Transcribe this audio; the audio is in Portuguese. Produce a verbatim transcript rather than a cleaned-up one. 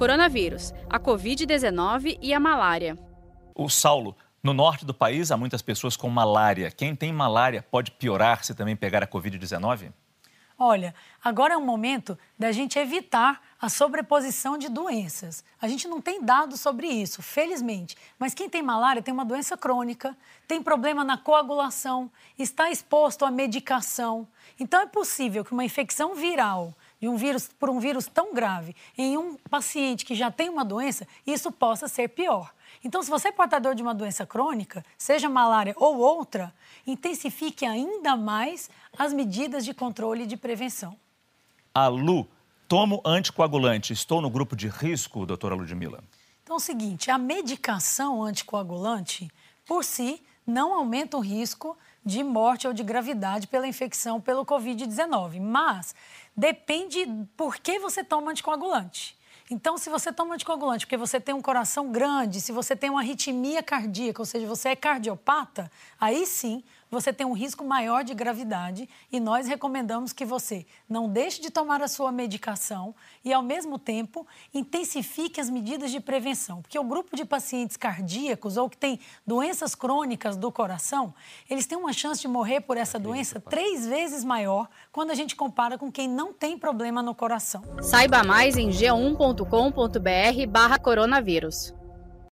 coronavírus, a covid dezenove e a malária. O Saulo, no norte do país há muitas pessoas com malária. Quem tem malária pode piorar se também pegar a covid dezenove? Olha, agora é um momento da gente evitar a sobreposição de doenças. A gente não tem dados sobre isso, felizmente. Mas quem tem malária tem uma doença crônica, tem problema na coagulação, está exposto à medicação. Então é possível que uma infecção viral de um vírus, por um vírus tão grave em um paciente que já tem uma doença, isso possa ser pior. Então, se você é portador de uma doença crônica, seja malária ou outra, intensifique ainda mais as medidas de controle e de prevenção. A Lu, tomo anticoagulante. Estou no grupo de risco, doutora Ludmila? Então é o seguinte, a medicação anticoagulante, por si, não aumenta o risco de morte ou de gravidade pela infecção pelo covid dezenove, mas depende por que você toma anticoagulante. Então, se você toma anticoagulante porque você tem um coração grande, se você tem uma arritmia cardíaca, ou seja, você é cardiopata, aí sim você tem um risco maior de gravidade e nós recomendamos que você não deixe de tomar a sua medicação e, ao mesmo tempo, intensifique as medidas de prevenção. Porque o grupo de pacientes cardíacos ou que tem doenças crônicas do coração, eles têm uma chance de morrer por essa doença três vezes maior quando a gente compara com quem não tem problema no coração. Saiba mais em g um ponto com ponto br barra coronavírus.